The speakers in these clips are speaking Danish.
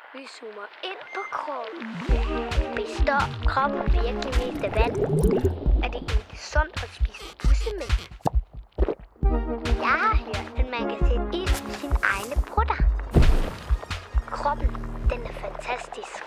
Vi zoomer ind på kroppen. Består kroppen virkelig mest af vand? Er det egentlig sundt at spise bussemænd? Jeg har hørt, at man kan sætte ild i sine egne brutter. Kroppen, den er fantastisk.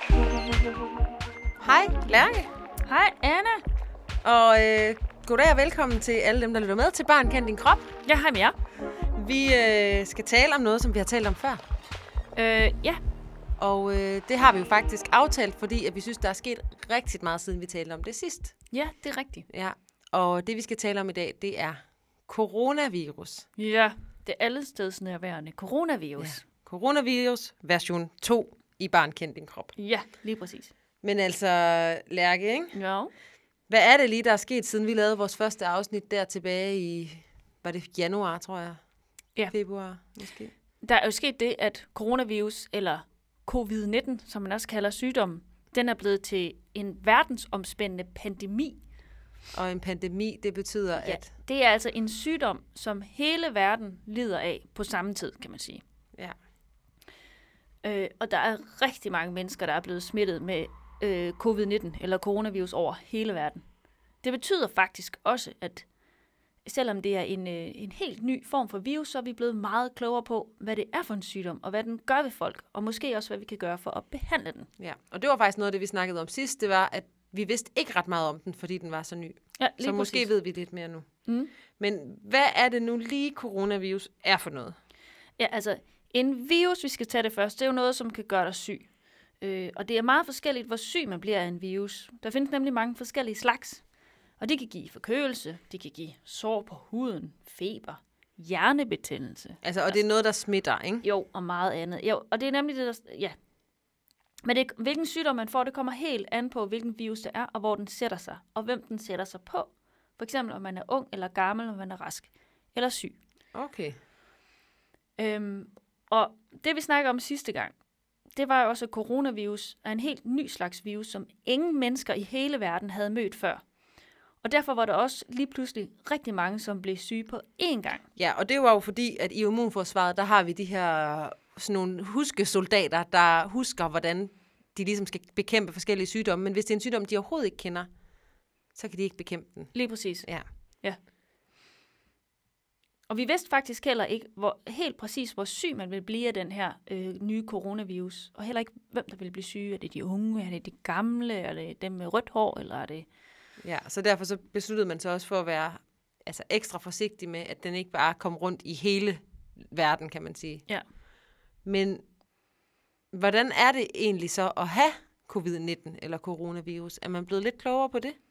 Hej, Lærke. Hej, Anna. Og goddag og velkommen til alle dem, der lytter med til Barn Kend Din Krop. Ja, hej med jer. Vi skal tale om noget, som vi har talt om før. Ja. Og det har vi jo faktisk aftalt, fordi at vi synes, der er sket rigtig meget, siden vi talte om det sidst. Ja, det er rigtigt. Ja, og det vi skal tale om i dag, det er coronavirus. Ja, det er allestedsnærværende coronavirus. Ja. Coronavirus version 2 i Barn Kend Din Krop. Ja, lige præcis. Men altså, Lærke, ikke? Ja. Hvad er det lige, der er sket, siden vi lavede vores første afsnit der tilbage i, var det januar, tror jeg? Ja. Februar, måske. Der er jo sket det, at coronavirus, eller covid-19, som man også kalder sygdommen, den er blevet til en verdensomspændende pandemi. Og en pandemi, det betyder, Ja, at... det er altså en sygdom, som hele verden lider af på samme tid, kan man sige. Ja. Og der er rigtig mange mennesker, der er blevet smittet med covid-19 eller coronavirus over hele verden. Det betyder faktisk også, at selvom det er en helt ny form for virus, så er vi blevet meget klogere på, hvad det er for en sygdom, og hvad den gør ved folk, og måske også, hvad vi kan gøre for at behandle den. Ja, og det var faktisk noget af det, vi snakkede om sidst. Det var, at vi vidste ikke ret meget om den, fordi den var så ny. Ja, så måske præcis. ved vi lidt mere nu. Mm. Men hvad er det nu lige, coronavirus er for noget? Ja, altså en virus, vi skal tage det først, det er jo noget, som kan gøre dig syg. Og det er meget forskelligt, hvor syg man bliver af en virus. Der findes nemlig mange forskellige slags. Og de kan give forkølelse, de kan give sår på huden, feber, hjernebetændelse. Altså, og det er noget, der smitter, ikke? Jo, og meget andet. Jo, og det er nemlig det, der... Ja. Men hvilken sygdom man får, det kommer helt an på, hvilken virus det er, og hvor den sætter sig, og hvem den sætter sig på. For eksempel, om man er ung eller gammel, om man er rask eller syg. Okay. Og det, vi snakkede om sidste gang, det var jo også, at coronavirus er en helt ny slags virus, som ingen mennesker i hele verden havde mødt før. Og derfor var der også lige pludselig rigtig mange, som blev syge på én gang. Ja, og det var jo fordi, at i immunforsvaret, der har vi de her sådan nogle huskesoldater, der husker, hvordan de ligesom skal bekæmpe forskellige sygdomme. Men hvis det er en sygdom, de overhovedet ikke kender, så kan de ikke bekæmpe den. Lige præcis. Ja. Ja. Og vi vidste faktisk heller ikke helt præcis, hvor syg man ville blive af den her nye coronavirus. Og heller ikke, hvem der ville blive syge. Er det de unge? Er det de gamle? Er det dem med rødt hår? Eller er det... Ja, så derfor så besluttede man sig også for at være ekstra forsigtig med, at den ikke bare kom rundt i hele verden, kan man sige. Ja. Men hvordan er det egentlig så at have covid-19 eller coronavirus? Er man blevet lidt klogere på det?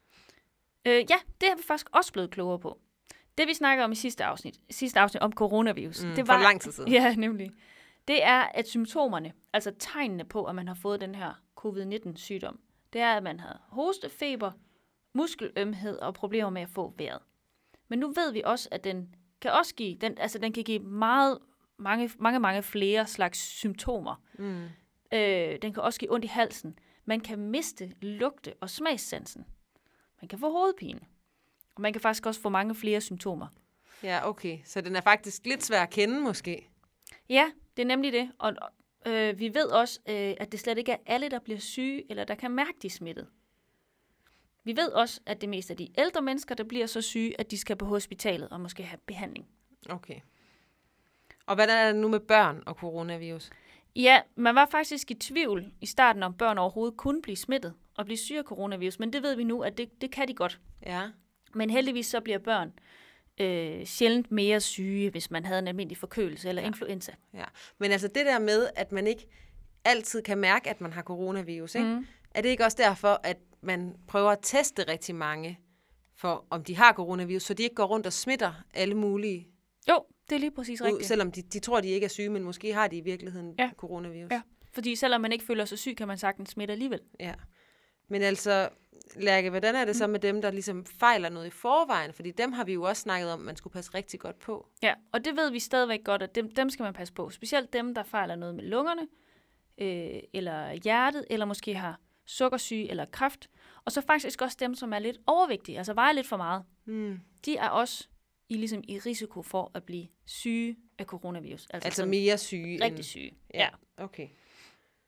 Ja, det er vi faktisk også blevet klogere på. Det vi snakker om i sidste afsnit om coronavirus, det var for lang tid siden. Ja, nemlig. Det er, at symptomerne, altså tegnene på, at man har fået den her covid-19-sygdom, det er, at man har hoste, feber, muskelømhed og problemer med at få vejret. Men nu ved vi også, at den kan også give, den kan give mange flere slags symptomer. Mm. Den kan også give ondt i halsen. Man kan miste lugte- og smagssansen. Man kan få hovedpine. Og man kan faktisk også få mange flere symptomer. Ja, okay. Så den er faktisk lidt svær at kende, måske? Ja, det er nemlig det. Og vi ved også, at det slet ikke er alle, der bliver syge, eller der kan mærke, de er smittet. Vi ved også, at det mest er de ældre mennesker, der bliver så syge, at de skal på hospitalet og måske have behandling. Okay. Og hvad er det nu med børn og coronavirus? Ja, man var faktisk i tvivl i starten, om børn overhovedet kunne blive smittet og blive syge af coronavirus. Men det ved vi nu, at det kan de godt. Ja. Men heldigvis så bliver børn sjældent mere syge, hvis man havde en almindelig forkølelse eller influenza. Ja. Men altså det der med, at man ikke altid kan mærke, at man har coronavirus, ikke? Mm. Er det ikke også derfor, at man prøver at teste rigtig mange, for om de har coronavirus, så de ikke går rundt og smitter alle mulige Jo, det er lige præcis ud, rigtigt. selvom de tror, de ikke er syge, men måske har de i virkeligheden coronavirus. Ja, fordi selvom man ikke føler sig syg, kan man sagtens smitte alligevel. Ja. Men altså, Lærke, hvordan er det så med dem, der ligesom fejler noget i forvejen? Fordi dem har vi jo også snakket om, man skulle passe rigtig godt på. Ja, og det ved vi stadigvæk godt, at dem skal man passe på. Specielt dem, der fejler noget med lungerne, eller hjertet, eller måske har sukkersyge eller kræft. Og så faktisk også dem, som er lidt overvægtige, altså vejer lidt for meget. Mm. De er også i risiko for at blive syge af coronavirus. Altså mere syge rigtig syge. Ja. Okay.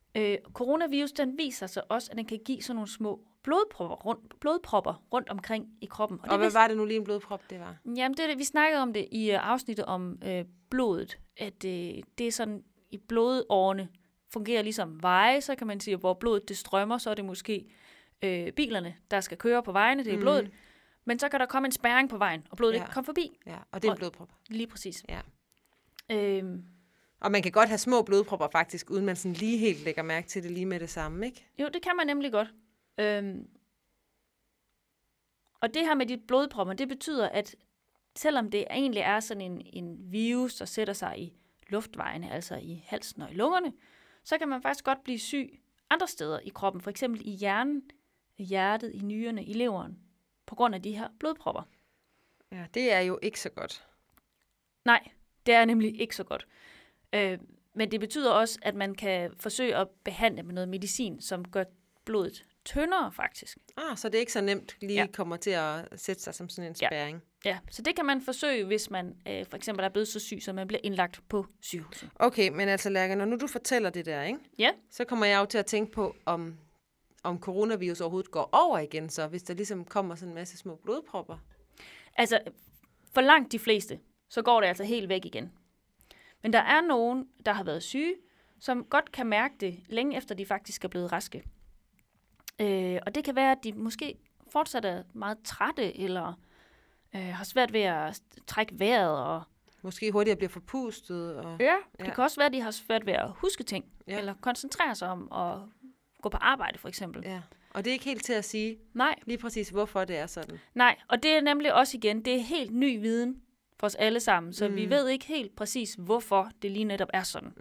Coronavirus, den viser sig også, at den kan give sådan nogle små blodpropper rundt omkring i kroppen. Og hvad var det nu lige en blodprop, det var? Jamen, vi snakkede om det i afsnittet om blodet, at det er sådan, i blodårene fungerer ligesom veje, så kan man sige, at hvor blodet det strømmer, så er det måske bilerne, der skal køre på vejene, det er blodet. Men så kan der komme en spærring på vejen, og blodet ikke kan komme forbi. Ja, og det er en blodprop. Lige præcis. Ja. Og man kan godt have små blodpropper faktisk, uden man sådan lige helt lægger mærke til det lige med det samme, ikke? Jo, det kan man nemlig godt. Og det her med de blodpropper, det betyder, at selvom det egentlig er sådan en virus, der sætter sig i luftvejene, altså i halsen og i lungerne, så kan man faktisk godt blive syg andre steder i kroppen, for eksempel i hjernen, i hjertet, i nyrerne, i leveren, på grund af de her blodpropper. Ja, det er jo ikke så godt. Nej, det er nemlig ikke så godt. Men det betyder også, at man kan forsøge at behandle med noget medicin, som gør blodet tyndere faktisk. Så det er ikke så nemt lige kommer til at sætte sig som sådan en spærring. Ja, så det kan man forsøge, hvis man for eksempel er blevet så syg, så man bliver indlagt på sygehuset. Okay, men altså Lærke, når nu du fortæller det der, ikke? Ja. Så kommer jeg jo til at tænke på, om coronavirus overhovedet går over igen, så hvis der ligesom kommer sådan en masse små blodpropper. Altså, for langt de fleste, så går det altså helt væk igen. Men der er nogen, der har været syge, som godt kan mærke det, længe efter de faktisk er blevet raske. Og det kan være, at de måske fortsat er meget trætte, eller har svært ved at trække vejret. Og måske hurtigere bliver forpustet. Og det kan også være, at de har svært ved at huske ting, eller koncentrere sig om at gå på arbejde, for eksempel. Ja. Og det er ikke helt til at sige lige præcis, hvorfor det er sådan. Nej, og det er nemlig også igen, det er helt ny viden for os alle sammen, så vi ved ikke helt præcis, hvorfor det lige netop er sådan.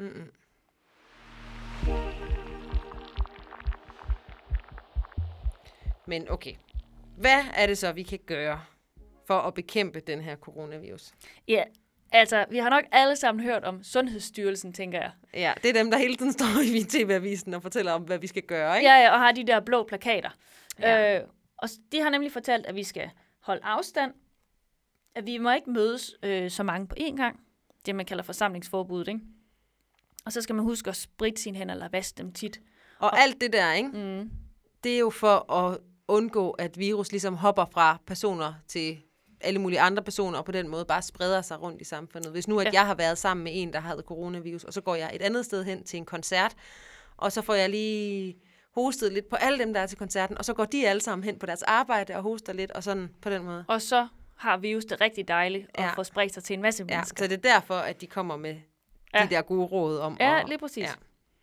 Men okay, hvad er det så, vi kan gøre for at bekæmpe den her coronavirus? Ja, altså, vi har nok alle sammen hørt om Sundhedsstyrelsen, tænker jeg. Ja, det er dem, der hele tiden står i TV-avisen og fortæller om, hvad vi skal gøre, ikke? Ja, og har de der blå plakater. Ja. Og de har nemlig fortalt, at vi skal holde afstand, at vi må ikke mødes så mange på én gang. Det, man kalder forsamlingsforbuddet, ikke? Og så skal man huske at spritte sine hænder eller vaske dem tit. Og alt det der, ikke? Det er jo for at undgå, at virus ligesom hopper fra personer til alle mulige andre personer, og på den måde bare spreder sig rundt i samfundet. Hvis nu, at jeg har været sammen med en, der havde coronavirus, og så går jeg et andet sted hen til en koncert, og så får jeg lige hostet lidt på alle dem, der er til koncerten, og så går de alle sammen hen på deres arbejde og hoster lidt, og sådan på den måde. Og så har virus det rigtig dejligt at få spredt sig til en masse mennesker. Så det er derfor, at de kommer med de der gode råd om. Ja, lige præcis. Ja.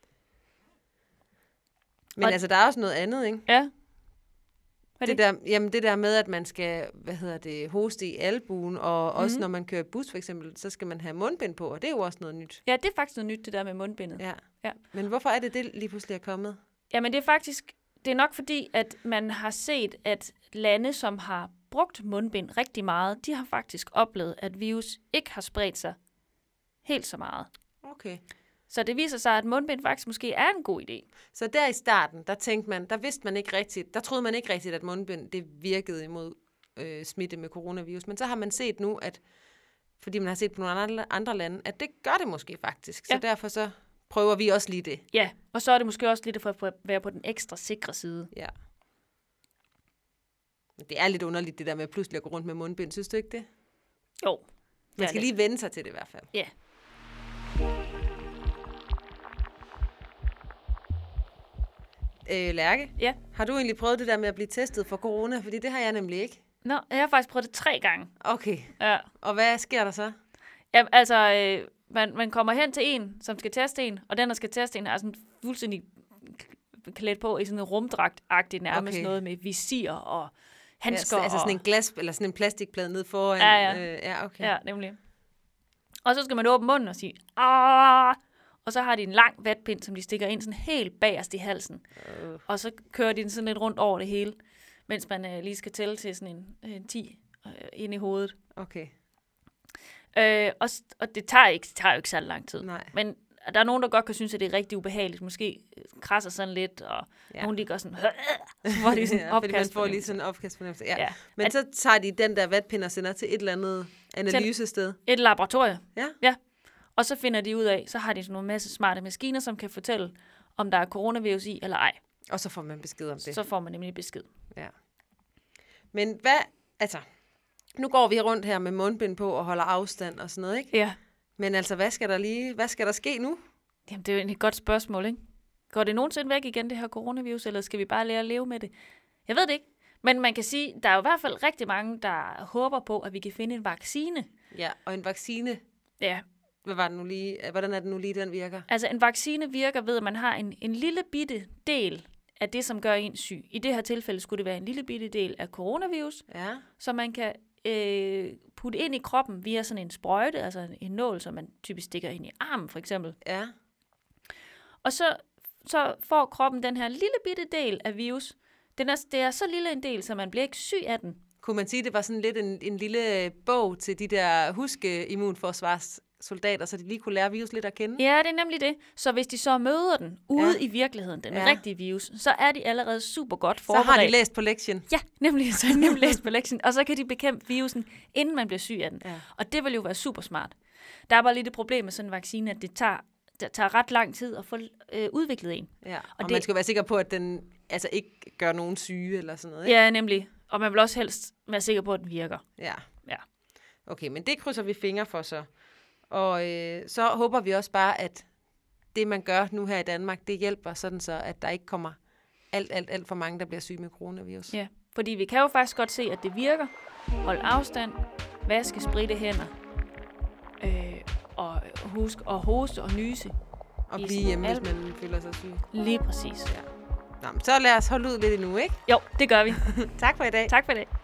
Men altså, der er også noget andet, ikke? Ja. Det der med, at man skal, hoste i albuen, og også når man kører bus for eksempel, så skal man have mundbind på, og det er jo også noget nyt. Ja, det er faktisk noget nyt, det der med mundbindet. Ja. Men hvorfor er det lige pludselig er kommet? Jamen, det er nok fordi, at man har set, at lande, som har brugt mundbind rigtig meget, de har faktisk oplevet, at virus ikke har spredt sig helt så meget. Okay. Så det viser sig, at mundbind faktisk måske er en god idé. Så der i starten, der troede man ikke rigtigt, at mundbind det virkede imod smitte med coronavirus. Men så har man set nu, at fordi man har set på nogle andre lande, at det gør det måske faktisk. Så derfor så prøver vi også lige det. Ja, og så er det måske også lidt for at være på den ekstra sikre side. Ja. Det er lidt underligt, det der med pludselig at gå rundt med mundbind. Synes du ikke det? Jo. Man skal lige vende sig til det i hvert fald. Ja. Lærke, ja. Har du egentlig prøvet det der med at blive testet for corona? Fordi det har jeg nemlig ikke. Nå, jeg har faktisk prøvet det 3 gange. Okay. Ja. Og hvad sker der så? Jamen, altså, man kommer hen til en, som skal teste en, og den, der skal teste en, er sådan fuldstændig klædt på i sådan en rumdragt-agtigt nærmest noget med visir og handsker. Altså sådan en glas, eller sådan en plastikplade ned foran. Ja. Okay. Ja, nemlig. Og så skal man åbne munden og sige, Aah! Og så har de en lang vatpind, som de stikker ind sådan helt bagerst i halsen. Og så kører de den sådan lidt rundt over det hele, mens man lige skal tælle til sådan en 10 ind i hovedet. Okay. Og det tager jo ikke så lang tid. Nej. Men der er nogen, der godt kan synes, at det er rigtig ubehageligt. Måske krasser sådan lidt, og nogen de gør sådan, så får de sådan opkast. Fordi man får lige sådan en opkastfornemmelse. Ja. Men så tager de den der vatpind og sender til et eller andet analysested. Et laboratorium. Ja. Og så finder de ud af, så har de sådan nogle masse smarte maskiner, som kan fortælle, om der er coronavirus i eller ej. Og så får man besked om det. Så får man nemlig besked. Ja. Men hvad, altså, nu går vi rundt her med mundbind på og holder afstand og sådan noget, ikke? Ja. Men altså, hvad skal der ske nu? Jamen, det er jo et godt spørgsmål, ikke? Går det nogensinde væk igen, det her coronavirus, eller skal vi bare lære at leve med det? Jeg ved det ikke. Men man kan sige, der er jo i hvert fald rigtig mange, der håber på, at vi kan finde en vaccine. Ja, og en vaccine, Ja, hvordan er det nu lige, den virker? altså en vaccine virker ved, at man har en lille bitte del af det, som gør en syg. I det her tilfælde skulle det være en lille bitte del af coronavirus, Ja. som man kan putte ind i kroppen via sådan en sprøjte, altså en nål, som man typisk stikker ind i armen for eksempel. Ja. Og så får kroppen den her lille bitte del af virus. Det er så lille en del, så man bliver ikke syg af den. Kunne man sige, det var sådan lidt en lille bog til de der immunforsvarssoldater, så de lige kunne lære virus lidt at kende? Ja, det er nemlig det. Så hvis de så møder den ude i virkeligheden, den rigtige virus, så er de allerede super godt forberedt. Så har de læst på lektien. Ja, nemlig. Så har de nemlig læst på lektien. Og så kan de bekæmpe virusen, inden man bliver syg af den. Ja. Og det vil jo være super smart. Der er bare lidt et problem med sådan en vaccine, at det tager ret lang tid at få udviklet en. Ja, og man skal være sikker på, at den altså ikke gør nogen syge eller sådan noget, ikke? Ja, nemlig. Og man vil også helst være sikker på, at den virker. Ja. Ja. Okay, men det krydser vi fingre for så. Og så håber vi også bare, at det, man gør nu her i Danmark, det hjælper sådan så, at der ikke kommer alt for mange, der bliver syge med coronavirus. Ja, fordi vi kan jo faktisk godt se, at det virker. Hold afstand, vaske, spritte hænder, og husk at hoste og nyse. Og blive hjemme, hvis man føler sig syg. Lige præcis. Ja. Nå, så lad os holde ud lidt endnu, ikke? Jo, det gør vi. Tak for i dag. Tak for i dag.